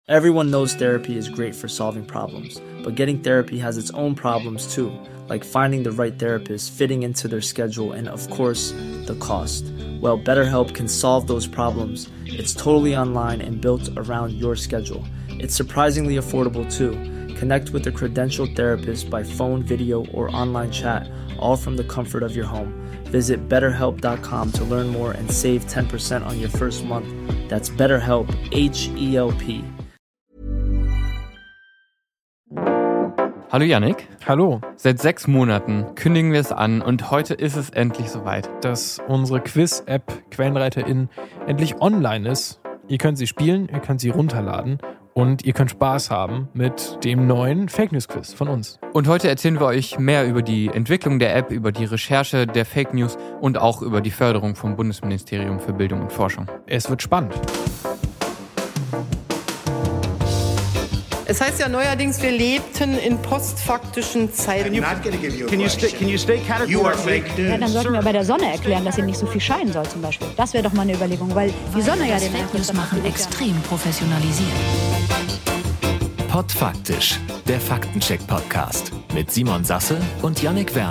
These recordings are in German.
Everyone knows therapy is great for solving problems, but getting therapy has its own problems too, like finding the right therapist, fitting into their schedule, and of course, the cost. Well, BetterHelp can solve those problems. It's totally online and built around your schedule. It's surprisingly affordable too. Connect with a credentialed therapist by phone, video, or online chat, all from the comfort of your home. Visit BetterHelp.com to learn more and save 10% on your first month. That's BetterHelp, H-E-L-P. Hallo Yannick. Hallo. Seit 6 Monaten kündigen wir es an und heute ist es endlich soweit. Dass unsere Quiz-App QuellenreiterInnen endlich online ist. Ihr könnt sie spielen, ihr könnt sie runterladen und ihr könnt Spaß haben mit dem neuen Fake News Quiz von uns. Und heute erzählen wir euch mehr über die Entwicklung der App, über die Recherche der Fake News und auch über die Förderung vom Bundesministerium für Bildung und Forschung. Es wird spannend. Es heißt ja neuerdings, wir lebten in postfaktischen Zeiten. Can you stay categorically? Ja, dann sollten wir bei der Sonne erklären, dass sie nicht so viel scheinen soll zum Beispiel. Das wäre doch mal eine Überlegung, weil die Sonne ja den Fake News machen extrem professionalisiert. Podfaktisch, der Faktencheck-Podcast mit Simon Sasse und Yannick Werner.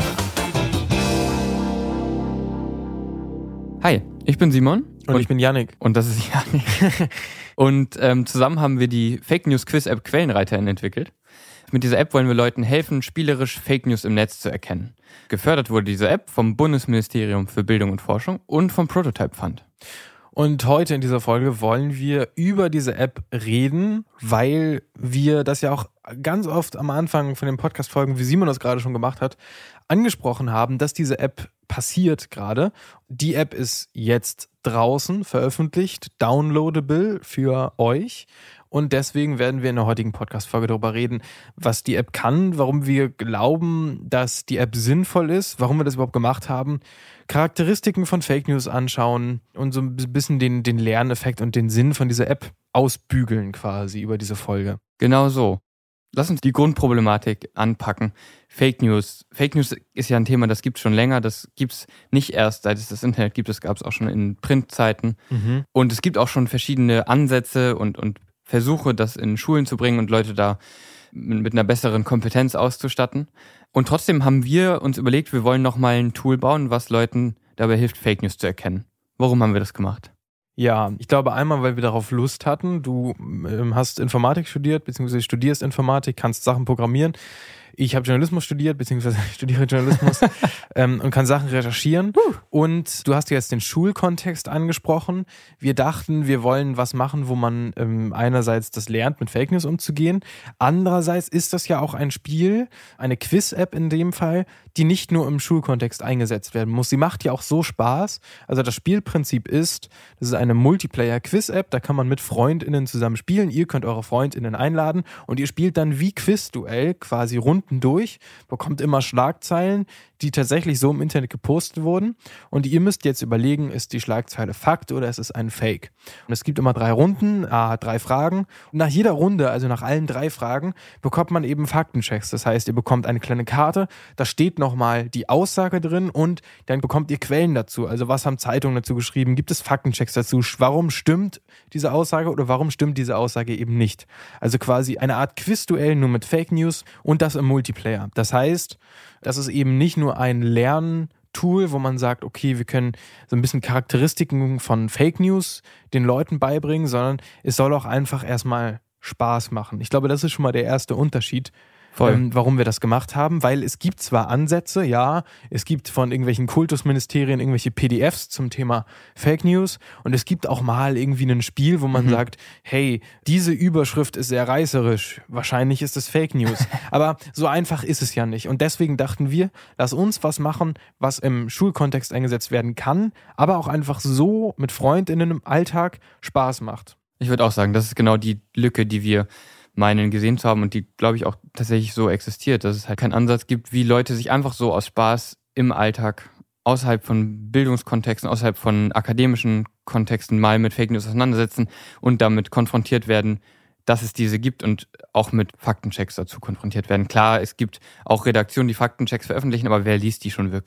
Hi, ich bin Simon. Und ich bin Yannick. Und das ist Yannick. Und zusammen haben wir die Fake News Quiz App QuellenreiterInnen entwickelt. Mit dieser App wollen wir Leuten helfen, spielerisch Fake News im Netz zu erkennen. Gefördert wurde diese App vom Bundesministerium für Bildung und Forschung und vom Prototype Fund. Und heute in dieser Folge wollen wir über diese App reden, weil wir das ja auch ganz oft am Anfang von den Podcast-Folgen, wie Simon das gerade schon gemacht hat, angesprochen haben, dass diese App passiert gerade. Die App ist jetzt draußen, veröffentlicht, downloadable für euch. Und deswegen werden wir in der heutigen Podcast-Folge darüber reden, was die App kann, warum wir glauben, dass die App sinnvoll ist, warum wir das überhaupt gemacht haben, Charakteristiken von Fake News anschauen und so ein bisschen den Lerneffekt und den Sinn von dieser App ausbügeln quasi über diese Folge. Genau so. Lass uns die Grundproblematik anpacken. Fake News. Fake News ist ja ein Thema, das gibt es schon länger. Das gibt es nicht erst, seit es das Internet gibt. Das gab es auch schon in Printzeiten. Und es gibt auch schon verschiedene Ansätze und Versuche, das in Schulen zu bringen und Leute da mit einer besseren Kompetenz auszustatten. Und trotzdem haben wir uns überlegt, wir wollen nochmal ein Tool bauen, was Leuten dabei hilft, Fake News zu erkennen. Warum haben wir das gemacht? Ja, ich glaube einmal, weil wir darauf Lust hatten. Du hast Informatik studiert, beziehungsweise studierst Informatik, kannst Sachen programmieren. Ich habe Journalismus studiert, beziehungsweise studiere Journalismus und kann Sachen recherchieren. Und du hast jetzt den Schulkontext angesprochen. Wir dachten, wir wollen was machen, wo man einerseits das lernt, mit Fake News umzugehen. Andererseits ist das ja auch ein Spiel, eine Quiz-App in dem Fall, die nicht nur im Schulkontext eingesetzt werden muss. Sie macht ja auch so Spaß. Also das Spielprinzip ist, das ist eine Multiplayer-Quiz-App, da kann man mit FreundInnen zusammen spielen. Ihr könnt eure FreundInnen einladen und ihr spielt dann wie Quizduell quasi Runden durch, bekommt immer Schlagzeilen, die tatsächlich so im Internet gepostet wurden. Und ihr müsst jetzt überlegen, ist die Schlagzeile Fakt oder ist es ein Fake? Und es gibt immer 3 Runden, 3 Fragen. Und nach jeder Runde, also nach allen 3 Fragen, bekommt man eben Faktenchecks. Das heißt, ihr bekommt eine kleine Karte, da steht nochmal die Aussage drin und dann bekommt ihr Quellen dazu. Also was haben Zeitungen dazu geschrieben? Gibt es Faktenchecks dazu? Warum stimmt diese Aussage oder warum stimmt diese Aussage eben nicht? Also quasi eine Art Quizduell nur mit Fake News und das im Multiplayer. Das heißt, das ist eben nicht nur ein Lerntool, wo man sagt, okay, wir können so ein bisschen Charakteristiken von Fake News den Leuten beibringen, sondern es soll auch einfach erstmal Spaß machen. Ich glaube, das ist schon mal der erste Unterschied, warum wir das gemacht haben, weil es gibt zwar Ansätze, ja, es gibt von irgendwelchen Kultusministerien irgendwelche PDFs zum Thema Fake News und es gibt auch mal irgendwie ein Spiel, wo man sagt, hey, diese Überschrift ist sehr reißerisch, wahrscheinlich ist es Fake News, aber so einfach ist es ja nicht und deswegen dachten wir, lass uns was machen, was im Schulkontext eingesetzt werden kann, aber auch einfach so mit FreundInnen im Alltag Spaß macht. Ich würde auch sagen, das ist genau die Lücke, die wir meinen gesehen zu haben und die, glaube ich, auch tatsächlich so existiert, dass es halt keinen Ansatz gibt, wie Leute sich einfach so aus Spaß im Alltag außerhalb von Bildungskontexten, außerhalb von akademischen Kontexten mal mit Fake News auseinandersetzen und damit konfrontiert werden, dass es diese gibt und auch mit Faktenchecks dazu konfrontiert werden. Klar, es gibt auch Redaktionen, die Faktenchecks veröffentlichen, aber wer liest die schon wirklich?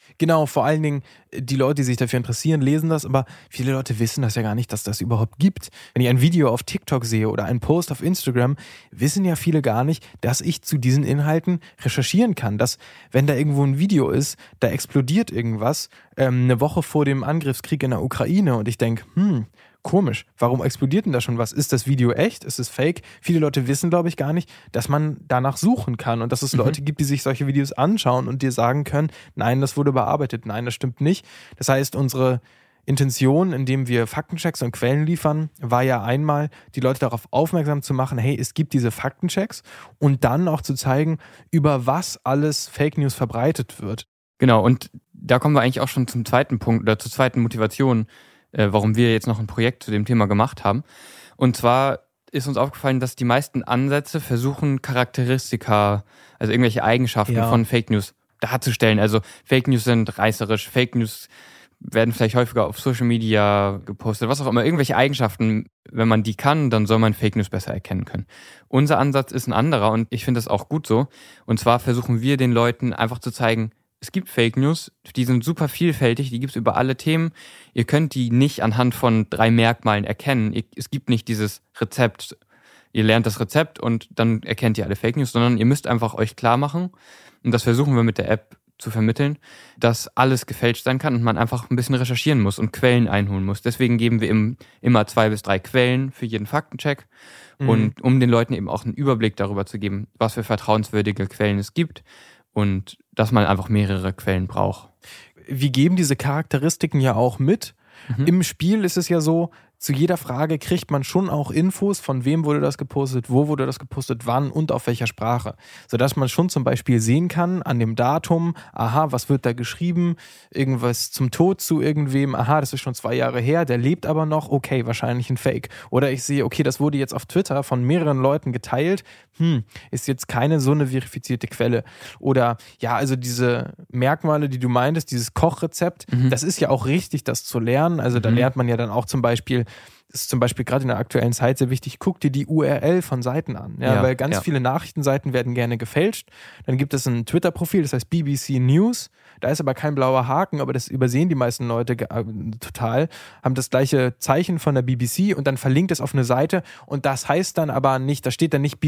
Genau, vor allen Dingen die Leute, die sich dafür interessieren, lesen das, aber viele Leute wissen das ja gar nicht, dass das überhaupt gibt. Wenn ich ein Video auf TikTok sehe oder einen Post auf Instagram, wissen ja viele gar nicht, dass ich zu diesen Inhalten recherchieren kann. Dass, wenn da irgendwo ein Video ist, da explodiert irgendwas, eine Woche vor dem Angriffskrieg in der Ukraine und ich denke, komisch, warum explodiert denn da schon was? Ist das Video echt? Ist es fake? Viele Leute wissen, glaube ich, gar nicht, dass man danach suchen kann und dass es Leute gibt, die sich solche Videos anschauen und dir sagen können, nein, das wurde bearbeitet, nein, das stimmt nicht. Das heißt, unsere Intention, indem wir Faktenchecks und Quellen liefern, war ja einmal, die Leute darauf aufmerksam zu machen, hey, es gibt diese Faktenchecks und dann auch zu zeigen, über was alles Fake News verbreitet wird. Genau, und da kommen wir eigentlich auch schon zum zweiten Punkt oder zur zweiten Motivation, warum wir jetzt noch ein Projekt zu dem Thema gemacht haben. Und zwar ist uns aufgefallen, dass die meisten Ansätze versuchen, Charakteristika, also irgendwelche Eigenschaften von Fake News darzustellen. Also Fake News sind reißerisch, Fake News werden vielleicht häufiger auf Social Media gepostet, was auch immer. Irgendwelche Eigenschaften, wenn man die kann, dann soll man Fake News besser erkennen können. Unser Ansatz ist ein anderer und ich finde das auch gut so. Und zwar versuchen wir den Leuten einfach zu zeigen, es gibt Fake News, die sind super vielfältig, die gibt es über alle Themen. Ihr könnt die nicht anhand von 3 Merkmalen erkennen. Es gibt nicht dieses Rezept, ihr lernt das Rezept und dann erkennt ihr alle Fake News, sondern ihr müsst einfach euch klar machen, und das versuchen wir mit der App zu vermitteln, dass alles gefälscht sein kann und man einfach ein bisschen recherchieren muss und Quellen einholen muss. Deswegen geben wir immer 2 bis 3 Quellen für jeden Faktencheck und um den Leuten eben auch einen Überblick darüber zu geben, was für vertrauenswürdige Quellen es gibt. Und dass man einfach mehrere Quellen braucht. Wir geben diese Charakteristiken ja auch mit. Im Spiel ist es ja so, zu jeder Frage kriegt man schon auch Infos, von wem wurde das gepostet, wo wurde das gepostet, wann und auf welcher Sprache. Sodass man schon zum Beispiel sehen kann an dem Datum, aha, was wird da geschrieben, irgendwas zum Tod zu irgendwem, aha, das ist schon 2 Jahre her, der lebt aber noch, okay, wahrscheinlich ein Fake. Oder ich sehe, okay, das wurde jetzt auf Twitter von mehreren Leuten geteilt, ist jetzt keine so eine verifizierte Quelle. Oder ja, also diese Merkmale, die du meintest, dieses Kochrezept, das ist ja auch richtig, das zu lernen. Also da lernt man ja dann auch zum Beispiel, das ist zum Beispiel gerade in der aktuellen Zeit sehr wichtig, guck dir die URL von Seiten an. Ja, weil ganz viele Nachrichtenseiten werden gerne gefälscht. Dann gibt es ein Twitter-Profil, das heißt BBC News. Da ist aber kein blauer Haken, aber das übersehen die meisten Leute total. Haben das gleiche Zeichen von der BBC und dann verlinkt es auf eine Seite und das heißt dann aber nicht, da steht dann nicht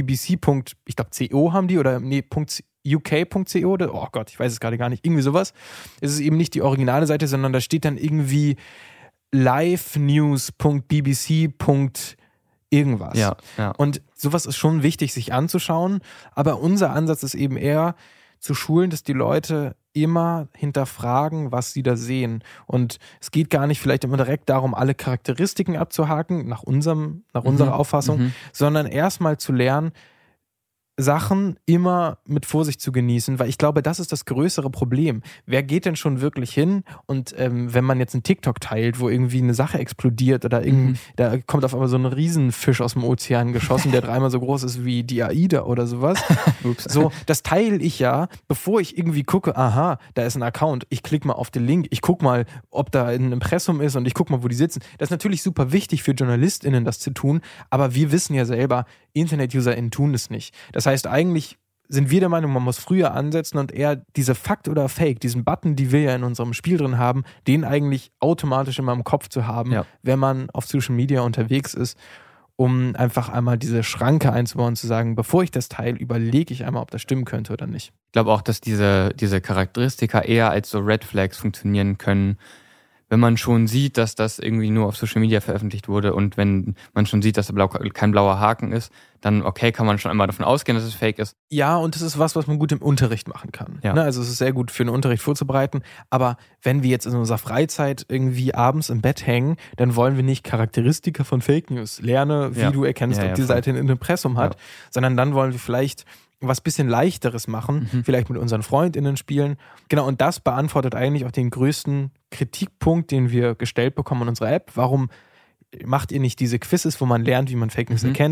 bbc.co haben die oder nee, .uk.co oder oh Gott, ich weiß es gerade gar nicht, irgendwie sowas. Es ist eben nicht die originale Seite, sondern da steht dann irgendwie livenews.bbc. irgendwas. Ja. Und sowas ist schon wichtig, sich anzuschauen. Aber unser Ansatz ist eben eher zu schulen, dass die Leute immer hinterfragen, was sie da sehen. Und es geht gar nicht vielleicht immer direkt darum, alle Charakteristiken abzuhaken, nach unserer Auffassung, sondern erstmal zu lernen, Sachen immer mit Vorsicht zu genießen, weil ich glaube, das ist das größere Problem. Wer geht denn schon wirklich hin und wenn man jetzt einen TikTok teilt, wo irgendwie eine Sache explodiert oder da kommt auf einmal so ein Riesenfisch aus dem Ozean geschossen, der 3-mal so groß ist wie die AIDA oder sowas. So, das teile ich ja, bevor ich irgendwie gucke, aha, da ist ein Account, ich klicke mal auf den Link, ich gucke mal, ob da ein Impressum ist und ich gucke mal, wo die sitzen. Das ist natürlich super wichtig für JournalistInnen, das zu tun, aber wir wissen ja selber, Internet-UserInnen tun es nicht. Das heißt, eigentlich sind wir der Meinung, man muss früher ansetzen und eher diese Fakt oder Fake, diesen Button, die wir ja in unserem Spiel drin haben, den eigentlich automatisch immer im Kopf zu haben, wenn man auf Social Media unterwegs ist, um einfach einmal diese Schranke einzubauen, zu sagen, bevor ich das teile, überlege ich einmal, ob das stimmen könnte oder nicht. Ich glaube auch, dass diese Charakteristika eher als so Red Flags funktionieren können, wenn man schon sieht, dass das irgendwie nur auf Social Media veröffentlicht wurde und wenn man schon sieht, dass da kein blauer Haken ist, dann okay, kann man schon einmal davon ausgehen, dass es fake ist. Ja, und das ist was man gut im Unterricht machen kann. Ja. Also es ist sehr gut für den Unterricht vorzubereiten, aber wenn wir jetzt in unserer Freizeit irgendwie abends im Bett hängen, dann wollen wir nicht Charakteristika von Fake News. Lerne, wie du erkennst, ob die Seite ein Impressum hat, sondern dann wollen wir vielleicht was bisschen Leichteres machen, vielleicht mit unseren FreundInnen spielen. Genau, und das beantwortet eigentlich auch den größten Kritikpunkt, den wir gestellt bekommen in unserer App. Warum macht ihr nicht diese Quizzes, wo man lernt, wie man Fake News erkennt?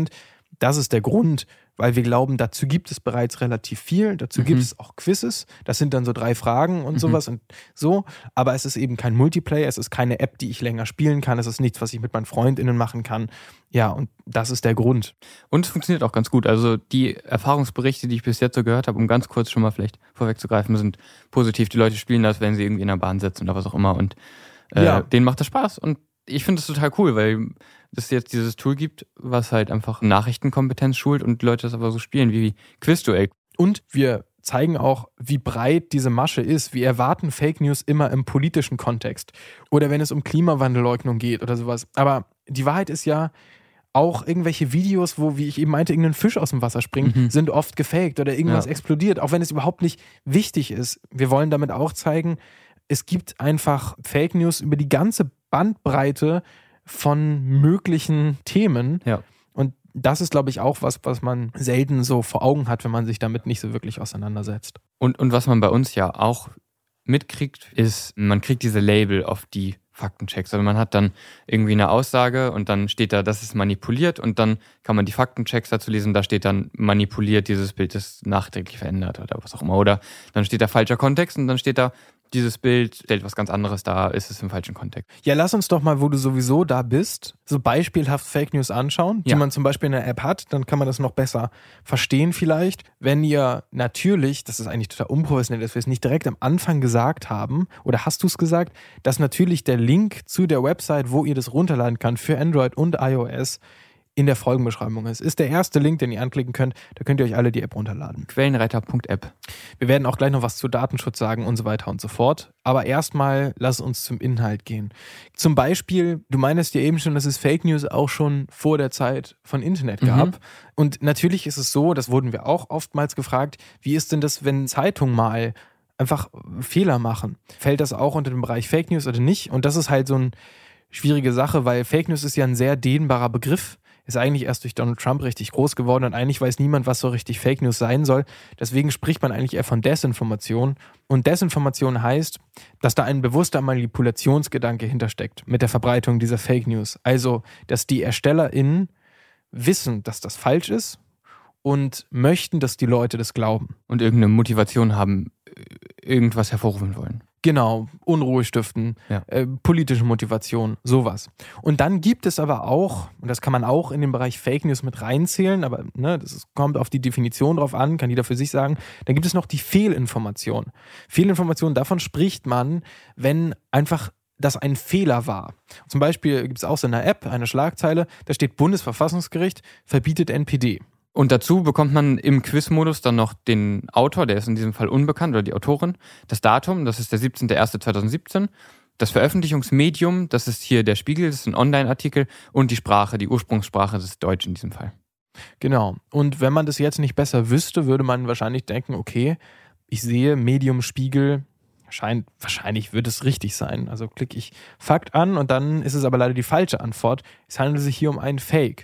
das ist der Grund, weil wir glauben, dazu gibt es bereits relativ viel. Dazu gibt es auch Quizzes. Das sind dann so 3 Fragen und sowas und so. Aber es ist eben kein Multiplayer. Es ist keine App, die ich länger spielen kann. Es ist nichts, was ich mit meinen FreundInnen machen kann. Ja, und das ist der Grund. Und es funktioniert auch ganz gut. Also die Erfahrungsberichte, die ich bis jetzt so gehört habe, um ganz kurz schon mal vielleicht vorwegzugreifen, sind positiv. Die Leute spielen das, wenn sie irgendwie in der Bahn sitzen oder was auch immer. Und denen macht das Spaß. Und ich finde es total cool, weil es jetzt dieses Tool gibt, was halt einfach Nachrichtenkompetenz schult und die Leute das aber so spielen wie Quizduell. Und wir zeigen auch, wie breit diese Masche ist. Wir erwarten Fake News immer im politischen Kontext oder wenn es um Klimawandelleugnung geht oder sowas. Aber die Wahrheit ist ja, auch irgendwelche Videos, wo, wie ich eben meinte, irgendein Fisch aus dem Wasser springt, sind oft gefaked oder irgendwas explodiert, auch wenn es überhaupt nicht wichtig ist. Wir wollen damit auch zeigen, es gibt einfach Fake News über die ganze Bandbreite von möglichen Themen. Ja. Und das ist, glaube ich, auch was man selten so vor Augen hat, wenn man sich damit nicht so wirklich auseinandersetzt. Und was man bei uns ja auch mitkriegt, ist, man kriegt diese Label auf die Faktenchecks. Also man hat dann irgendwie eine Aussage und dann steht da, das ist manipuliert und dann kann man die Faktenchecks dazu lesen, da steht dann manipuliert, dieses Bild ist nachträglich verändert oder was auch immer. Oder dann steht da falscher Kontext und dann steht da, dieses Bild stellt was ganz anderes dar, ist es im falschen Kontext. Ja, lass uns doch mal, wo du sowieso da bist, so beispielhaft Fake News anschauen, die man zum Beispiel in der App hat, dann kann man das noch besser verstehen vielleicht. Wenn ihr natürlich, das ist eigentlich total unprofessionell, dass wir es nicht direkt am Anfang gesagt haben, oder hast du es gesagt, dass natürlich der Link zu der Website, wo ihr das runterladen könnt für Android und iOS, in der Folgenbeschreibung ist der erste Link, den ihr anklicken könnt. Da könnt ihr euch alle die App runterladen. Quellenreiter.app. Wir werden auch gleich noch was zu Datenschutz sagen und so weiter und so fort. Aber erstmal lass uns zum Inhalt gehen. Zum Beispiel, du meinst ja eben schon, dass es Fake News auch schon vor der Zeit von Internet gab. Und natürlich ist es so, das wurden wir auch oftmals gefragt, wie ist denn das, wenn Zeitungen mal einfach Fehler machen? Fällt das auch unter den Bereich Fake News oder nicht? Und das ist halt so eine schwierige Sache, weil Fake News ist ja ein sehr dehnbarer Begriff. Ist eigentlich erst durch Donald Trump richtig groß geworden und eigentlich weiß niemand, was so richtig Fake News sein soll. Deswegen spricht man eigentlich eher von Desinformation. Und Desinformation heißt, dass da ein bewusster Manipulationsgedanke hintersteckt mit der Verbreitung dieser Fake News. Also, dass die ErstellerInnen wissen, dass das falsch ist und möchten, dass die Leute das glauben. Und irgendeine Motivation haben, irgendwas hervorrufen wollen. Genau, Unruhe stiften, politische Motivation, sowas. Und dann gibt es aber auch, und das kann man auch in den Bereich Fake News mit reinzählen, aber kommt auf die Definition drauf an, kann jeder für sich sagen, dann gibt es noch die Fehlinformation. Fehlinformation, davon spricht man, wenn einfach das ein Fehler war. Zum Beispiel gibt es auch so eine App, eine Schlagzeile, da steht Bundesverfassungsgericht verbietet NPD. Und dazu bekommt man im Quiz-Modus dann noch den Autor, der ist in diesem Fall unbekannt, oder die Autorin, das Datum, das ist der 17.01.2017, das Veröffentlichungsmedium, das ist hier der Spiegel, das ist ein Online-Artikel und die Sprache, die Ursprungssprache, das ist Deutsch in diesem Fall. Genau. Und wenn man das jetzt nicht besser wüsste, würde man wahrscheinlich denken, okay, ich sehe Medium Spiegel, wahrscheinlich wird es richtig sein. Also klicke ich Fakt an und dann ist es aber leider die falsche Antwort. Es handelt sich hier um einen Fake.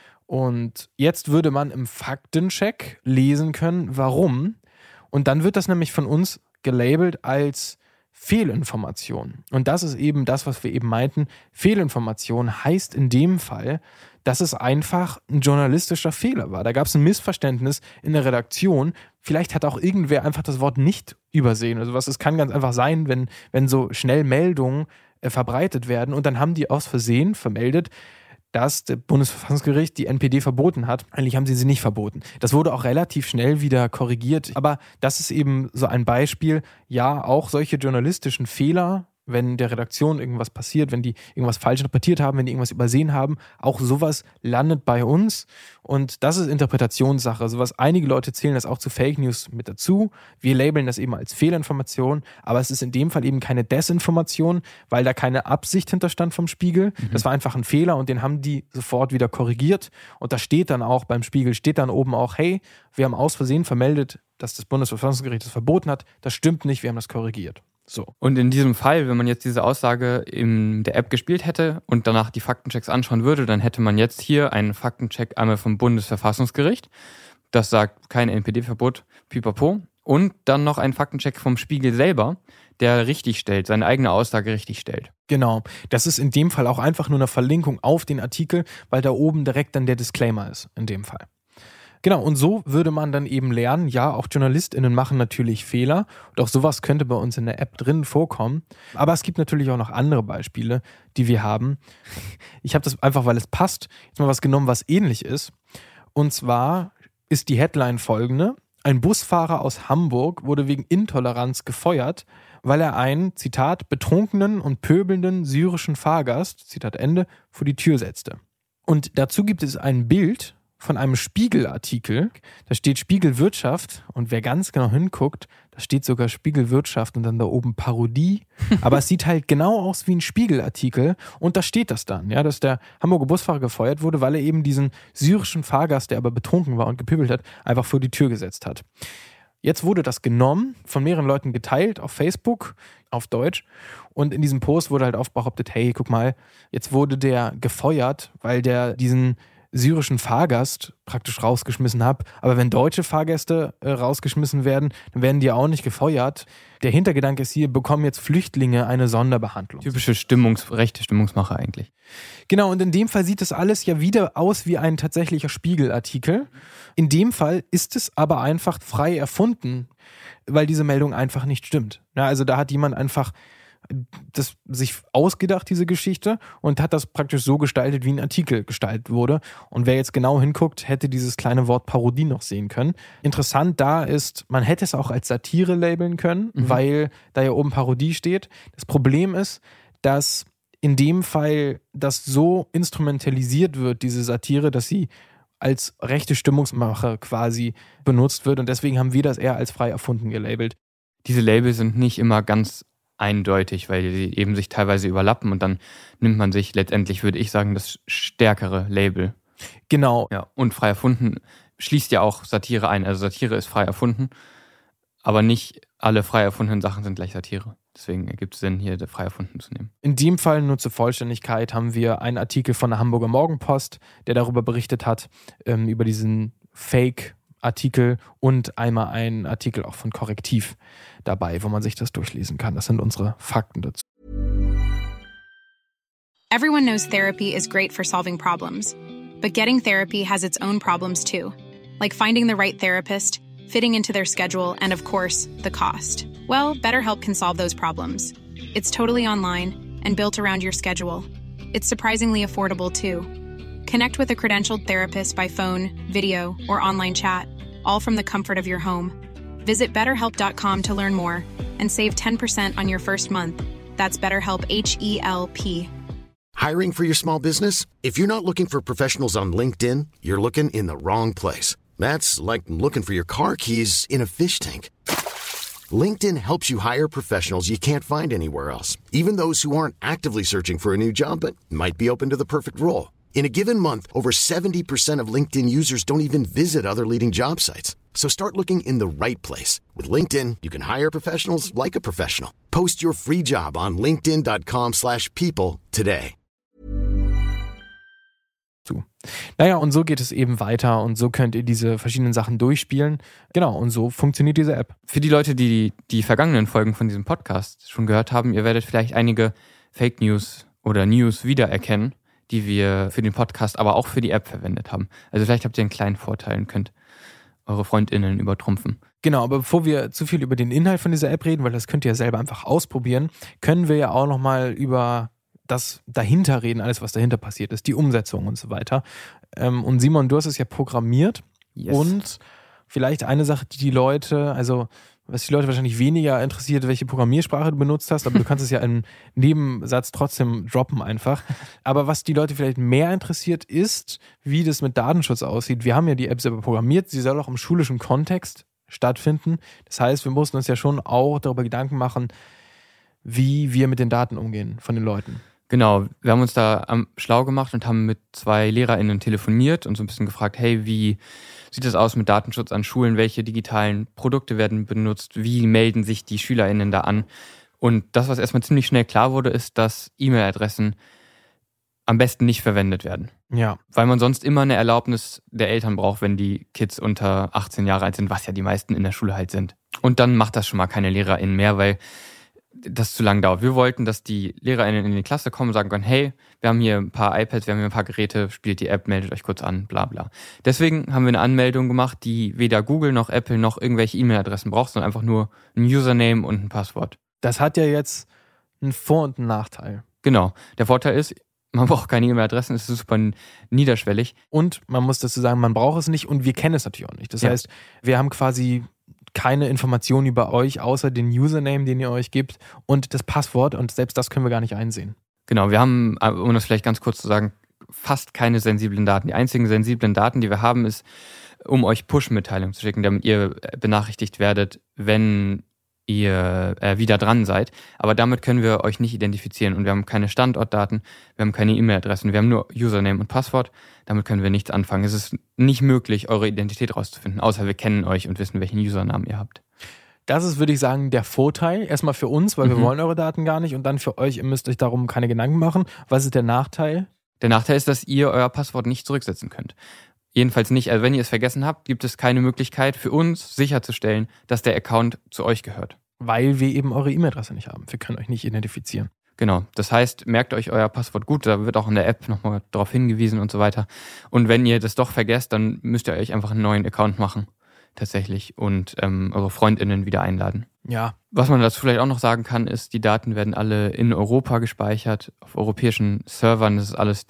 Und jetzt würde man im Faktencheck lesen können, warum. Und dann wird das nämlich von uns gelabelt als Fehlinformation. Und das ist eben das, was wir eben meinten. Fehlinformation heißt in dem Fall, dass es einfach ein journalistischer Fehler war. Da gab es ein Missverständnis in der Redaktion. Vielleicht hat auch irgendwer einfach das Wort nicht übersehen oder sowas. Es kann ganz einfach sein, wenn so schnell Meldungen verbreitet werden und dann haben die aus Versehen vermeldet, dass das Bundesverfassungsgericht die NPD verboten hat. Eigentlich haben sie nicht verboten. Das wurde auch relativ schnell wieder korrigiert. Aber das ist eben so ein Beispiel. Ja, auch solche journalistischen Fehler, wenn der Redaktion irgendwas passiert, wenn die irgendwas falsch interpretiert haben, wenn die irgendwas übersehen haben, auch sowas landet bei uns. Und das ist Interpretationssache. Sowas, einige Leute zählen das auch zu Fake News mit dazu. Wir labeln das eben als Fehlinformation, aber es ist in dem Fall eben keine Desinformation, weil da keine Absicht hinterstand vom Spiegel. Das war einfach ein Fehler und den haben die sofort wieder korrigiert. Und da steht dann auch beim Spiegel, steht dann oben auch, hey, wir haben aus Versehen vermeldet, dass das Bundesverfassungsgericht das verboten hat. Das stimmt nicht, wir haben das korrigiert. So. Und in diesem Fall, wenn man jetzt diese Aussage in der App gespielt hätte und danach die Faktenchecks anschauen würde, dann hätte man jetzt hier einen Faktencheck einmal vom Bundesverfassungsgericht. Das sagt kein NPD-Verbot, pipapo. Und dann noch ein Faktencheck vom Spiegel selber, der richtig stellt, seine eigene Aussage richtig stellt. Genau. Das ist in dem Fall auch einfach nur eine Verlinkung auf den Artikel, weil da oben direkt dann der Disclaimer ist, in dem Fall. Genau, und so würde man dann eben lernen, ja, auch JournalistInnen machen natürlich Fehler und auch sowas könnte bei uns in der App drin vorkommen. Aber es gibt natürlich auch noch andere Beispiele, die wir haben. Ich habe das einfach, weil es passt, jetzt mal was genommen, was ähnlich ist. Und zwar ist die Headline folgende: Ein Busfahrer aus Hamburg wurde wegen Intoleranz gefeuert, weil er einen, Zitat, betrunkenen und pöbelnden syrischen Fahrgast, Zitat Ende, vor die Tür setzte. Und dazu gibt es ein Bild von einem Spiegel-Artikel. Da steht Spiegel Wirtschaft und wer ganz genau hinguckt, da steht sogar Spiegel Wirtschaft und dann da oben Parodie. Aber es sieht halt genau aus wie ein Spiegel-Artikel und da steht das dann, ja, dass der Hamburger Busfahrer gefeuert wurde, weil er eben diesen syrischen Fahrgast, der aber betrunken war und gepöbelt hat, einfach vor die Tür gesetzt hat. Jetzt wurde das genommen, von mehreren Leuten geteilt auf Facebook, auf Deutsch. Und in diesem Post wurde halt oft behauptet, hey, guck mal, jetzt wurde der gefeuert, weil der diesen syrischen Fahrgast praktisch rausgeschmissen hat. Aber wenn deutsche Fahrgäste rausgeschmissen werden, dann werden die auch nicht gefeuert. Der Hintergedanke ist hier, bekommen jetzt Flüchtlinge eine Sonderbehandlung. Typische rechte Stimmungsmache eigentlich. Genau, und in dem Fall sieht das alles ja wieder aus wie ein tatsächlicher Spiegelartikel. In dem Fall ist es aber einfach frei erfunden, weil diese Meldung einfach nicht stimmt. Ja, also da hat jemand einfach das sich ausgedacht, diese Geschichte, und hat das praktisch so gestaltet, wie ein Artikel gestaltet wurde. Und wer jetzt genau hinguckt, hätte dieses kleine Wort Parodie noch sehen können. Interessant da ist, man hätte es auch als Satire labeln können, weil da ja oben Parodie steht. Das Problem ist, dass in dem Fall das so instrumentalisiert wird, diese Satire, dass sie als rechte Stimmungsmache quasi benutzt wird. Und deswegen haben wir das eher als frei erfunden gelabelt. Diese Labels sind nicht immer ganz eindeutig, weil die eben sich teilweise überlappen und dann nimmt man sich letztendlich, würde ich sagen, das stärkere Label. Genau. Ja, und frei erfunden schließt ja auch Satire ein. Also Satire ist frei erfunden, aber nicht alle frei erfundenen Sachen sind gleich Satire. Deswegen ergibt es Sinn, hier frei erfunden zu nehmen. In dem Fall, nur zur Vollständigkeit, haben wir einen Artikel von der Hamburger Morgenpost, der darüber berichtet hat, über diesen Fake-Artikel, und einmal einen Artikel auch von Korrektiv dabei, wo man sich das durchlesen kann. Das sind unsere Fakten dazu. Everyone knows therapy is great for solving problems, but getting therapy has its own problems too, like finding the right therapist, fitting into their schedule, and of course, the cost. Well, BetterHelp can solve those problems. It's totally online and built around your schedule. It's surprisingly affordable too. Connect with a credentialed therapist by phone, video, or online chat, all from the comfort of your home. Visit BetterHelp.com to learn more and save 10% on your first month. That's BetterHelp, H-E-L-P. Hiring for your small business? If you're not looking for professionals on LinkedIn, you're looking in the wrong place. That's like looking for your car keys in a fish tank. LinkedIn helps you hire professionals you can't find anywhere else, even those who aren't actively searching for a new job but might be open to the perfect role. In a given month, over 70% of LinkedIn users don't even visit other leading job sites. So start looking in the right place. With LinkedIn, you can hire professionals like a professional. Post your free job on linkedin.com/people today. Naja, und so geht es eben weiter und so könnt ihr diese verschiedenen Sachen durchspielen. Genau, und so funktioniert diese App. Für die Leute, die die vergangenen Folgen von diesem Podcast schon gehört haben, ihr werdet vielleicht einige Fake News oder News wiedererkennen, die wir für den Podcast, aber auch für die App verwendet haben. Also vielleicht habt ihr einen kleinen Vorteil und könnt eure FreundInnen übertrumpfen. Genau, aber bevor wir zu viel über den Inhalt von dieser App reden, weil das könnt ihr ja selber einfach ausprobieren, können wir ja auch nochmal über das dahinter reden, alles was dahinter passiert ist, die Umsetzung und so weiter. Und Simon, du hast es ja programmiert. Yes. Und vielleicht eine Sache, die die Leute, also was die Leute wahrscheinlich weniger interessiert, welche Programmiersprache du benutzt hast, aber du kannst es ja im Nebensatz trotzdem droppen einfach. Aber was die Leute vielleicht mehr interessiert ist, wie das mit Datenschutz aussieht. Wir haben ja die App selber programmiert, sie soll auch im schulischen Kontext stattfinden. Das heißt, wir mussten uns ja schon auch darüber Gedanken machen, wie wir mit den Daten umgehen von den Leuten. Genau, wir haben uns da schlau gemacht und haben mit 2 LehrerInnen telefoniert und so ein bisschen gefragt, hey, wie sieht es aus mit Datenschutz an Schulen? Welche digitalen Produkte werden benutzt? Wie melden sich die SchülerInnen da an? Und das, was erstmal ziemlich schnell klar wurde, ist, dass E-Mail-Adressen am besten nicht verwendet werden. Ja. Weil man sonst immer eine Erlaubnis der Eltern braucht, wenn die Kids unter 18 Jahre alt sind, was ja die meisten in der Schule halt sind. Und dann macht das schon mal keine LehrerInnen mehr, weil das zu lang dauert. Wir wollten, dass die LehrerInnen in die Klasse kommen und sagen können, hey, wir haben hier ein paar iPads, wir haben hier ein paar Geräte, spielt die App, meldet euch kurz an, bla bla. Deswegen haben wir eine Anmeldung gemacht, die weder Google noch Apple noch irgendwelche E-Mail-Adressen braucht, sondern einfach nur ein Username und ein Passwort. Das hat ja jetzt einen Vor- und einen Nachteil. Genau. Der Vorteil ist, man braucht keine E-Mail-Adressen, es ist super niederschwellig. Und man muss dazu sagen, man braucht es nicht und wir kennen es natürlich auch nicht. Das heißt, wir haben quasi keine Informationen über euch, außer den Username, den ihr euch gibt und das Passwort und selbst das können wir gar nicht einsehen. Genau, wir haben, um das vielleicht ganz kurz zu sagen, fast keine sensiblen Daten. Die einzigen sensiblen Daten, die wir haben, ist, um euch Push-Mitteilungen zu schicken, damit ihr benachrichtigt werdet, wenn ihr wieder dran seid. Aber damit können wir euch nicht identifizieren und wir haben keine Standortdaten, wir haben keine E-Mail-Adressen, wir haben nur Username und Passwort. Damit können wir nichts anfangen. Es ist nicht möglich, eure Identität rauszufinden, außer wir kennen euch und wissen, welchen Usernamen ihr habt. Das ist, würde ich sagen, der Vorteil. Erstmal für uns, weil wir wollen eure Daten gar nicht und dann für euch, ihr müsst euch darum keine Gedanken machen. Was ist der Nachteil? Der Nachteil ist, dass ihr euer Passwort nicht zurücksetzen könnt. Jedenfalls nicht, also wenn ihr es vergessen habt, gibt es keine Möglichkeit für uns sicherzustellen, dass der Account zu euch gehört. Weil wir eben eure E-Mail-Adresse nicht haben. Wir können euch nicht identifizieren. Genau, das heißt, merkt euch euer Passwort gut, da wird auch in der App nochmal darauf hingewiesen und so weiter. Und wenn ihr das doch vergesst, dann müsst ihr euch einfach einen neuen Account machen, tatsächlich, und eure FreundInnen wieder einladen. Ja. Was man dazu vielleicht auch noch sagen kann, ist, die Daten werden alle in Europa gespeichert, auf europäischen Servern, das ist alles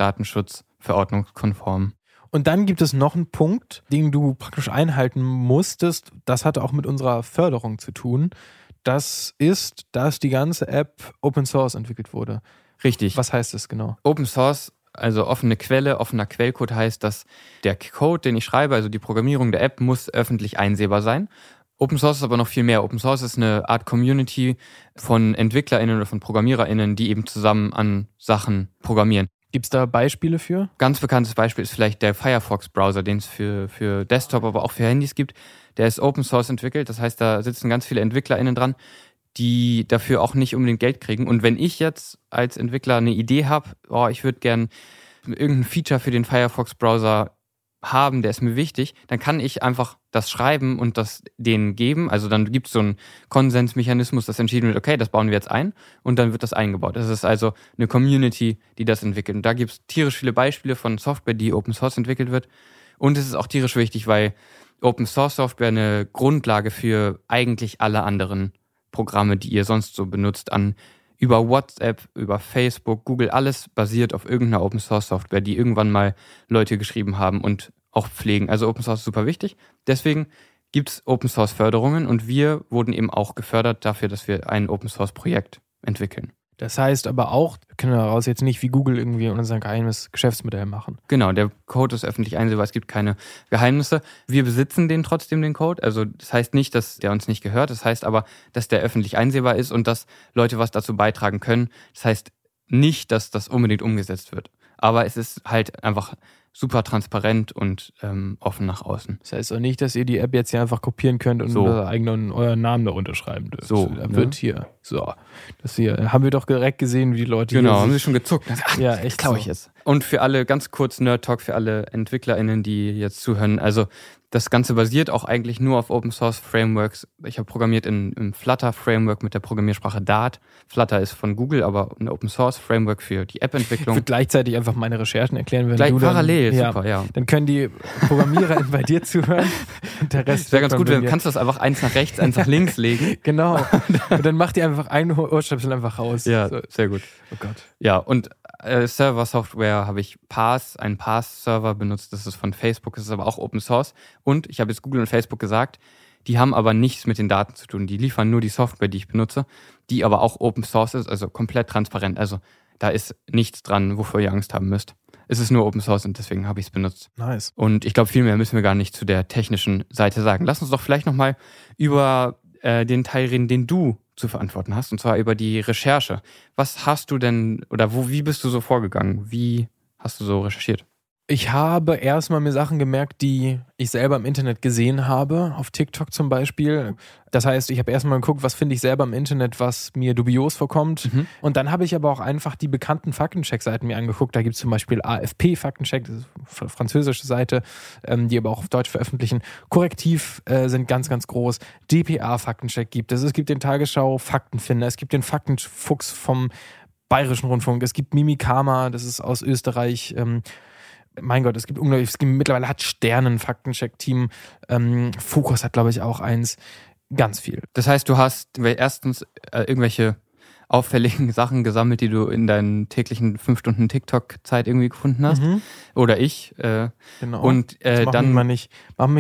datenschutzverordnungskonform. Und dann gibt es noch einen Punkt, den du praktisch einhalten musstest. Das hatte auch mit unserer Förderung zu tun. Das ist, dass die ganze App Open Source entwickelt wurde. Richtig. Was heißt das genau? Open Source, also offene Quelle, offener Quellcode heißt, dass der Code, den ich schreibe, also die Programmierung der App, muss öffentlich einsehbar sein. Open Source ist aber noch viel mehr. Open Source ist eine Art Community von EntwicklerInnen oder von ProgrammiererInnen, die eben zusammen an Sachen programmieren. Gibt es da Beispiele für? Ganz bekanntes Beispiel ist vielleicht der Firefox-Browser, den es für Desktop, aber auch für Handys gibt. Der ist Open Source entwickelt, das heißt, da sitzen ganz viele EntwicklerInnen dran, die dafür auch nicht unbedingt Geld kriegen. Und wenn ich jetzt als Entwickler eine Idee habe, ich würde gern irgendein Feature für den Firefox-Browser haben, der ist mir wichtig, dann kann ich einfach das schreiben und das denen geben. Also dann gibt es so einen Konsensmechanismus, dass entschieden wird, okay, das bauen wir jetzt ein und dann wird das eingebaut. Das ist also eine Community, die das entwickelt. Und da gibt es tierisch viele Beispiele von Software, die Open Source entwickelt wird. Und es ist auch tierisch wichtig, weil Open Source Software eine Grundlage für eigentlich alle anderen Programme, die ihr sonst so benutzt, über WhatsApp, über Facebook, Google, alles basiert auf irgendeiner Open Source Software, die irgendwann mal Leute geschrieben haben und auch pflegen. Also Open Source ist super wichtig. Deswegen gibt es Open Source Förderungen und wir wurden eben auch gefördert dafür, dass wir ein Open Source Projekt entwickeln. Das heißt aber auch, wir können daraus jetzt nicht wie Google irgendwie unser geheimes Geschäftsmodell machen. Genau, der Code ist öffentlich einsehbar, es gibt keine Geheimnisse. Wir besitzen trotzdem den Code, also das heißt nicht, dass der uns nicht gehört, das heißt aber, dass der öffentlich einsehbar ist und dass Leute was dazu beitragen können. Das heißt nicht, dass das unbedingt umgesetzt wird, aber es ist halt einfach super transparent und offen nach außen. Das heißt auch nicht, dass ihr die App jetzt hier einfach kopieren könnt und euren Namen darunter schreiben dürft. So, da wird hier, das hier, haben wir doch direkt gesehen, wie die Leute genau, haben sie schon gezuckt. Ja, echt glaube ich es. Und für alle, ganz kurz Nerd Talk für alle EntwicklerInnen, die jetzt zuhören, also das Ganze basiert auch eigentlich nur auf Open Source Frameworks. Ich habe programmiert im Flutter Framework mit der Programmiersprache Dart. Flutter ist von Google, aber ein Open Source Framework für die App-Entwicklung. Ich würde gleichzeitig einfach meine Recherchen erklären, wenn gleich du parallel, dann, super, ja. Dann können die Programmierer bei dir zuhören. Der Rest das wäre ganz gut, du kannst das einfach eins nach rechts, eins nach links legen. Genau. Und dann macht ihr einfach einen Ohrstöpsel einfach raus. Ja, sehr gut. Oh Gott. Ja, und Server-Software habe ich einen Parse-Server benutzt, das ist von Facebook, das ist aber auch Open Source. Und ich habe jetzt Google und Facebook gesagt, die haben aber nichts mit den Daten zu tun. Die liefern nur die Software, die ich benutze, die aber auch Open Source ist, also komplett transparent. Also da ist nichts dran, wovor ihr Angst haben müsst. Es ist nur Open Source und deswegen habe ich es benutzt. Nice. Und ich glaube, viel mehr müssen wir gar nicht zu der technischen Seite sagen. Lass uns doch vielleicht nochmal über den Teil reden, den du zu verantworten hast, und zwar über die Recherche. Was hast du denn, oder wie bist du so vorgegangen? Wie hast du so recherchiert? Ich habe erstmal mir Sachen gemerkt, die ich selber im Internet gesehen habe, auf TikTok zum Beispiel. Das heißt, ich habe erstmal geguckt, was finde ich selber im Internet, was mir dubios vorkommt. Und dann habe ich aber auch einfach die bekannten Faktencheck-Seiten mir angeguckt. Da gibt es zum Beispiel AFP-Faktencheck, das ist eine französische Seite, die aber auch auf Deutsch veröffentlichen. Korrektiv sind ganz, ganz groß. dpa-Faktencheck gibt es. Es gibt den Tagesschau-Faktenfinder. Es gibt den Faktenfuchs vom Bayerischen Rundfunk. Es gibt Mimikama, das ist aus Österreich. Mein Gott, es gibt unglaublich, mittlerweile hat Stern ein Faktencheck-Team. Focus hat, glaube ich, auch eins. Ganz viel. Das heißt, du hast erstens irgendwelche auffälligen Sachen gesammelt, die du in deinen täglichen 5 Stunden TikTok-Zeit irgendwie gefunden hast. Oder ich. Genau. Und dann mach mich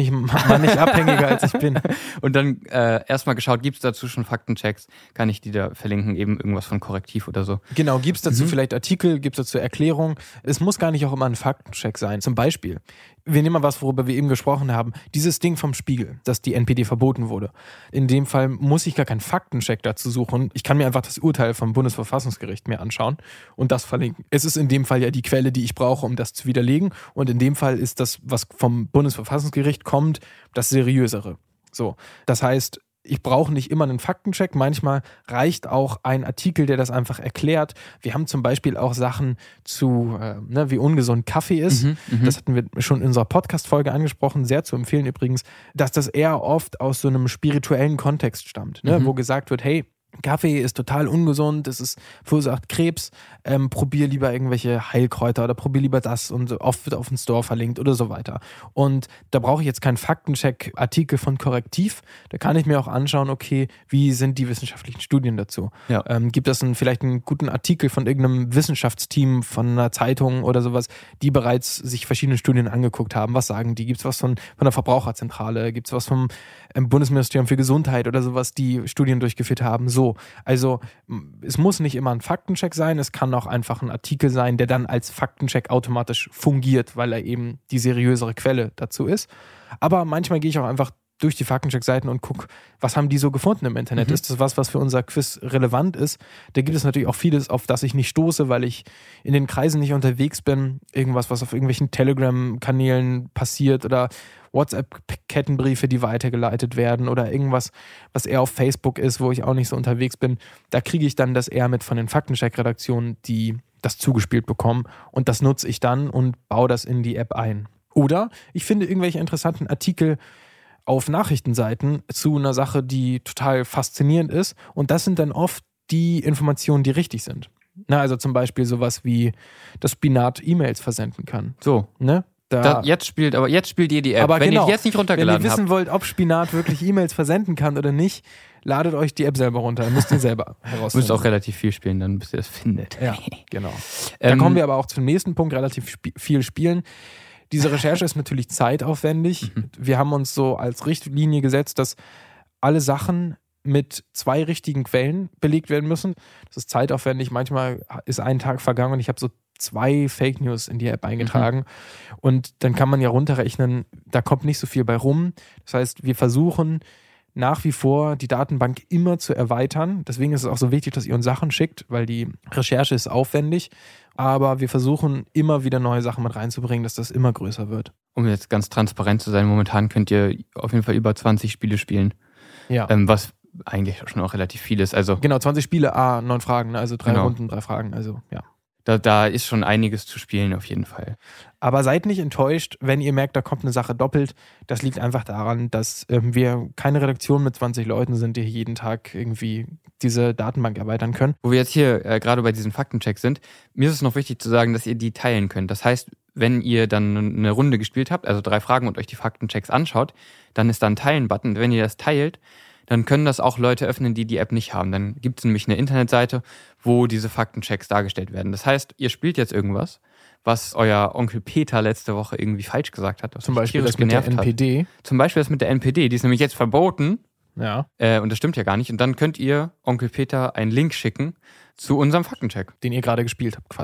nicht abhängiger, als ich bin. Und dann erstmal geschaut, gibt es dazu schon Faktenchecks? Kann ich die da verlinken? Eben irgendwas von Korrektiv oder so. Genau, gibt es dazu vielleicht Artikel, gibt es dazu Erklärungen? Es muss gar nicht auch immer ein Faktencheck sein. Zum Beispiel, wir nehmen mal was, worüber wir eben gesprochen haben. Dieses Ding vom Spiegel, dass die NPD verboten wurde. In dem Fall muss ich gar keinen Faktencheck dazu suchen. Ich kann mir einfach das Urteil vom Bundesverfassungsgericht mir anschauen und das verlinken. Es ist in dem Fall ja die Quelle, die ich brauche, um das zu widerlegen. Und in dem Fall ist das, was vom Bundesverfassungsgericht kommt, das Seriösere. So, das heißt, ich brauche nicht immer einen Faktencheck. Manchmal reicht auch ein Artikel, der das einfach erklärt. Wir haben zum Beispiel auch Sachen zu, wie ungesund Kaffee ist. Das hatten wir schon in unserer Podcast-Folge angesprochen, sehr zu empfehlen übrigens, dass das eher oft aus so einem spirituellen Kontext stammt, wo gesagt wird, hey, Kaffee ist total ungesund, es verursacht Krebs, probier lieber irgendwelche Heilkräuter oder probier lieber das und oft wird auf den Store verlinkt oder so weiter. Und da brauche ich jetzt keinen Faktencheck-Artikel von Korrektiv, da kann ich mir auch anschauen, okay, wie sind die wissenschaftlichen Studien dazu? Ja. Gibt es vielleicht einen guten Artikel von irgendeinem Wissenschaftsteam, von einer Zeitung oder sowas, die bereits sich verschiedene Studien angeguckt haben? Was sagen die? Gibt es was von der Verbraucherzentrale? Gibt es was vom Bundesministerium für Gesundheit oder sowas, die Studien durchgeführt haben? So, also es muss nicht immer ein Faktencheck sein, es kann auch einfach ein Artikel sein, der dann als Faktencheck automatisch fungiert, weil er eben die seriösere Quelle dazu ist. Aber manchmal gehe ich auch einfach durch die Faktencheck-Seiten und gucke, was haben die so gefunden im Internet? Ist das was für unser Quiz relevant ist? Da gibt es natürlich auch vieles, auf das ich nicht stoße, weil ich in den Kreisen nicht unterwegs bin. Irgendwas, was auf irgendwelchen Telegram-Kanälen passiert oder WhatsApp-Kettenbriefe, die weitergeleitet werden oder irgendwas, was eher auf Facebook ist, wo ich auch nicht so unterwegs bin. Da kriege ich dann das eher mit von den Faktencheck-Redaktionen, die das zugespielt bekommen und das nutze ich dann und baue das in die App ein. Oder ich finde irgendwelche interessanten Artikel auf Nachrichtenseiten zu einer Sache, die total faszinierend ist und das sind dann oft die Informationen, die richtig sind. Na, also zum Beispiel sowas wie, dass Spinat E-Mails versenden kann. So. Ne? Jetzt spielt ihr die App. Aber wenn genau, ihr die jetzt nicht runtergeladen habt. Wenn ihr wissen wollt, ob Spinat wirklich E-Mails versenden kann oder nicht, ladet euch die App selber runter. Dann müsst ihr selber herausfinden. Müsst auch relativ viel spielen, dann bis ihr das findet. Ja, genau. Dann kommen wir aber auch zum nächsten Punkt, relativ viel spielen. Diese Recherche ist natürlich zeitaufwendig. Wir haben uns so als Richtlinie gesetzt, dass alle Sachen mit 2 richtigen Quellen belegt werden müssen. Das ist zeitaufwendig. Manchmal ist ein Tag vergangen und ich habe so 2 Fake News in die App eingetragen. Und dann kann man ja runterrechnen, da kommt nicht so viel bei rum. Das heißt, wir versuchen nach wie vor die Datenbank immer zu erweitern. Deswegen ist es auch so wichtig, dass ihr uns Sachen schickt, weil die Recherche ist aufwendig. Aber wir versuchen immer wieder neue Sachen mit reinzubringen, dass das immer größer wird. Um jetzt ganz transparent zu sein, momentan könnt ihr auf jeden Fall über 20 Spiele spielen. Ja. Was eigentlich schon auch relativ viel ist. Also, genau, 20 Spiele, 9 Fragen, also 3 Runden, 3 Fragen, also ja. Da ist schon einiges zu spielen auf jeden Fall. Aber seid nicht enttäuscht, wenn ihr merkt, da kommt eine Sache doppelt. Das liegt einfach daran, dass wir keine Redaktion mit 20 Leuten sind, die jeden Tag irgendwie diese Datenbank erweitern können. Wo wir jetzt hier gerade bei diesen Faktenchecks sind, mir ist es noch wichtig zu sagen, dass ihr die teilen könnt. Das heißt, wenn ihr dann eine Runde gespielt habt, also 3 Fragen und euch die Faktenchecks anschaut, dann ist da ein Teilen-Button. Wenn ihr das teilt, dann können das auch Leute öffnen, die die App nicht haben. Dann gibt es nämlich eine Internetseite, wo diese Faktenchecks dargestellt werden. Das heißt, ihr spielt jetzt irgendwas, was euer Onkel Peter letzte Woche irgendwie falsch gesagt hat. Was zum Beispiel das mit der NPD. Zum Beispiel das mit der NPD, die ist nämlich jetzt verboten. Ja. Und das stimmt ja gar nicht. Und dann könnt ihr Onkel Peter einen Link schicken zu unserem Faktencheck. Den ihr gerade gespielt habt quasi.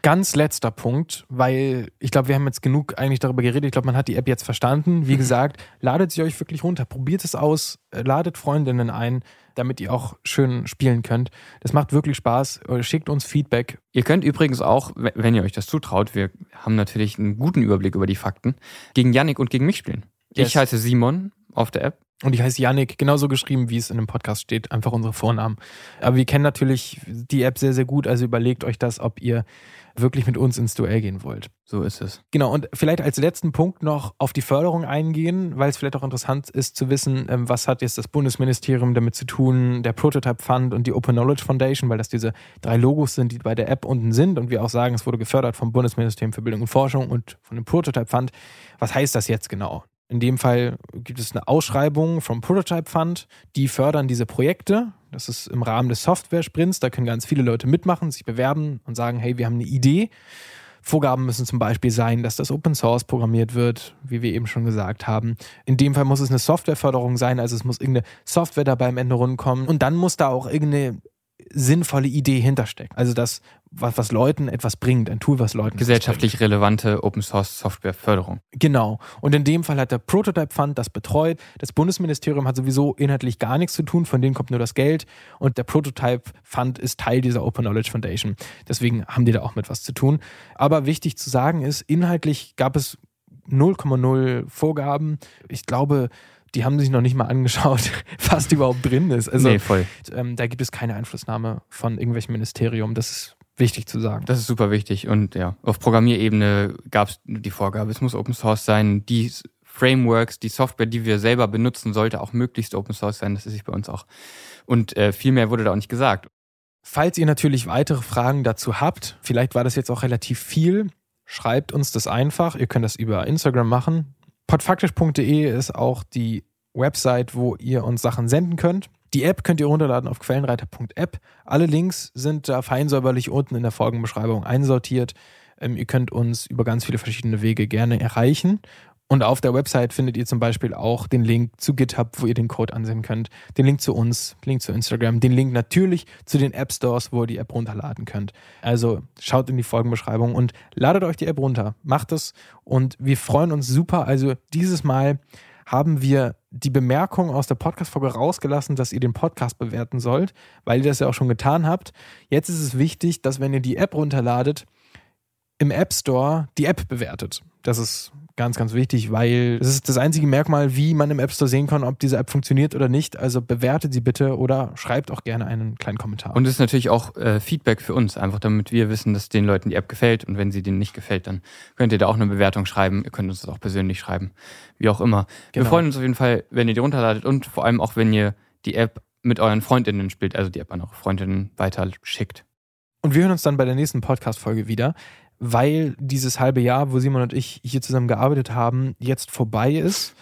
Ganz letzter Punkt, weil ich glaube, wir haben jetzt genug eigentlich darüber geredet. Ich glaube, man hat die App jetzt verstanden. Wie gesagt, ladet sie euch wirklich runter, probiert es aus, ladet Freundinnen ein, damit ihr auch schön spielen könnt. Das macht wirklich Spaß. Schickt uns Feedback. Ihr könnt übrigens auch, wenn ihr euch das zutraut, wir haben natürlich einen guten Überblick über die Fakten, gegen Yannick und gegen mich spielen. Yes. Ich heiße Simon auf der App. Und ich heiße Yannick, genauso geschrieben, wie es in dem Podcast steht, einfach unsere Vornamen. Aber wir kennen natürlich die App sehr, sehr gut, also überlegt euch das, ob ihr wirklich mit uns ins Duell gehen wollt. So ist es. Genau, und vielleicht als letzten Punkt noch auf die Förderung eingehen, weil es vielleicht auch interessant ist zu wissen, was hat jetzt das Bundesministerium damit zu tun, der Prototype Fund und die Open Knowledge Foundation, weil das diese 3 Logos sind, die bei der App unten sind und wir auch sagen, es wurde gefördert vom Bundesministerium für Bildung und Forschung und von dem Prototype Fund. Was heißt das jetzt genau? In dem Fall gibt es eine Ausschreibung vom Prototype Fund, die fördern diese Projekte. Das ist im Rahmen des Software-Sprints, da können ganz viele Leute mitmachen, sich bewerben und sagen, hey, wir haben eine Idee. Vorgaben müssen zum Beispiel sein, dass das Open Source programmiert wird, wie wir eben schon gesagt haben. In dem Fall muss es eine Softwareförderung sein, also es muss irgendeine Software dabei am Ende rumkommen und dann muss da auch irgendeine sinnvolle Idee hinterstecken. Also das, was Leuten etwas bringt, ein Tool, was Leuten gesellschaftlich relevante Open-Source-Software-Förderung. Genau. Und in dem Fall hat der Prototype Fund das betreut. Das Bundesministerium hat sowieso inhaltlich gar nichts zu tun, von denen kommt nur das Geld. Und der Prototype Fund ist Teil dieser Open Knowledge Foundation. Deswegen haben die da auch mit was zu tun. Aber wichtig zu sagen ist, inhaltlich gab es 0,0 Vorgaben. Ich glaube, die haben sich noch nicht mal angeschaut, was überhaupt drin ist. Also, nee, voll. Da gibt es keine Einflussnahme von irgendwelchem Ministerium. Das ist wichtig zu sagen. Das ist super wichtig. Und ja, auf Programmierebene gab es die Vorgabe, es muss Open Source sein. Die Frameworks, die Software, die wir selber benutzen, sollte auch möglichst Open Source sein. Das ist sich bei uns auch. Und viel mehr wurde da auch nicht gesagt. Falls ihr natürlich weitere Fragen dazu habt, vielleicht war das jetzt auch relativ viel, schreibt uns das einfach. Ihr könnt das über Instagram machen. Podfaktisch.de ist auch die Website, wo ihr uns Sachen senden könnt. Die App könnt ihr runterladen auf quellenreiter.app. Alle Links sind da feinsäuberlich unten in der Folgenbeschreibung einsortiert. Ihr könnt uns über ganz viele verschiedene Wege gerne erreichen. Und auf der Website findet ihr zum Beispiel auch den Link zu GitHub, wo ihr den Code ansehen könnt, den Link zu uns, den Link zu Instagram, den Link natürlich zu den App Stores, wo ihr die App runterladen könnt. Also schaut in die Folgenbeschreibung und ladet euch die App runter. Macht es und wir freuen uns super. Also dieses Mal haben wir die Bemerkung aus der Podcast-Folge rausgelassen, dass ihr den Podcast bewerten sollt, weil ihr das ja auch schon getan habt. Jetzt ist es wichtig, dass wenn ihr die App runterladet, im App Store die App bewertet. Das ist ganz, ganz wichtig, weil es ist das einzige Merkmal, wie man im App Store sehen kann, ob diese App funktioniert oder nicht. Also bewertet sie bitte oder schreibt auch gerne einen kleinen Kommentar. Und es ist natürlich auch Feedback für uns, einfach damit wir wissen, dass den Leuten die App gefällt. Und wenn sie denen nicht gefällt, dann könnt ihr da auch eine Bewertung schreiben. Ihr könnt uns das auch persönlich schreiben, wie auch immer. Genau. Wir freuen uns auf jeden Fall, wenn ihr die runterladet und vor allem auch, wenn ihr die App mit euren FreundInnen spielt, also die App an eure Freundinnen weiter schickt. Und wir hören uns dann bei der nächsten Podcast-Folge wieder, weil dieses halbe Jahr, wo Simon und ich hier zusammen gearbeitet haben, jetzt vorbei ist,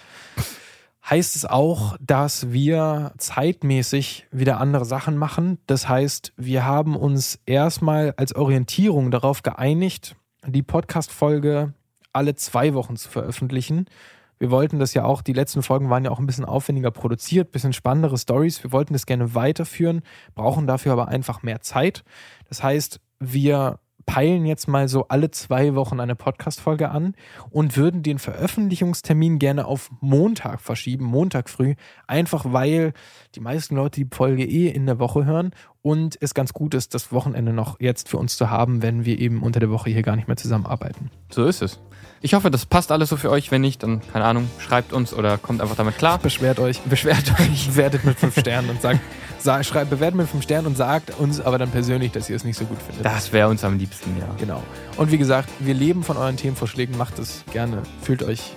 heißt es auch, dass wir zeitmäßig wieder andere Sachen machen. Das heißt, wir haben uns erstmal als Orientierung darauf geeinigt, die Podcast-Folge alle 2 Wochen zu veröffentlichen. Wir wollten das ja auch, die letzten Folgen waren ja auch ein bisschen aufwendiger produziert, ein bisschen spannendere Storys. Wir wollten das gerne weiterführen, brauchen dafür aber einfach mehr Zeit. Das heißt, wir peilen jetzt mal so alle 2 Wochen eine Podcast-Folge an und würden den Veröffentlichungstermin gerne auf Montag verschieben, Montag früh, einfach weil die meisten Leute die Folge in der Woche hören und es ganz gut ist, das Wochenende noch jetzt für uns zu haben, wenn wir eben unter der Woche hier gar nicht mehr zusammenarbeiten. So ist es. Ich hoffe, das passt alles so für euch. Wenn nicht, dann, keine Ahnung, schreibt uns oder kommt einfach damit klar. Beschwert euch, bewertet mit 5 Sternen und bewertet mit 5 Sternen und sagt uns aber dann persönlich, dass ihr es nicht so gut findet. Das wäre uns am liebsten, ja. Genau. Und wie gesagt, wir leben von euren Themenvorschlägen, macht es gerne. Fühlt euch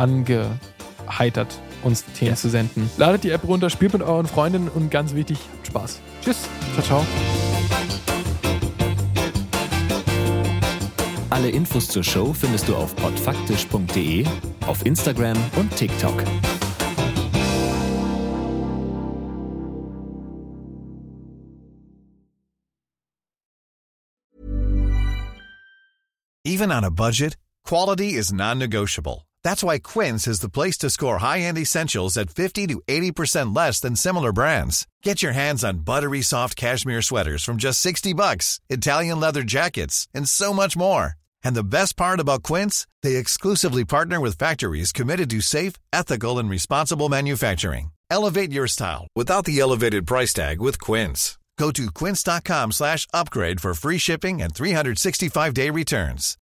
angeheitert, uns Themen zu senden. Ladet die App runter, spielt mit euren Freundinnen und ganz wichtig, Spaß. Tschüss. Ciao, ciao. Alle Infos zur Show findest du auf podfaktisch.de, auf Instagram und TikTok. Even on a budget, quality is non-negotiable. That's why Quince is the place to score high-end essentials at 50 to 80% less than similar brands. Get your hands on buttery soft cashmere sweaters from just $60, Italian leather jackets, and so much more. And the best part about Quince, they exclusively partner with factories committed to safe, ethical, and responsible manufacturing. Elevate your style without the elevated price tag with Quince. Go to quince.com/upgrade for free shipping and 365-day returns.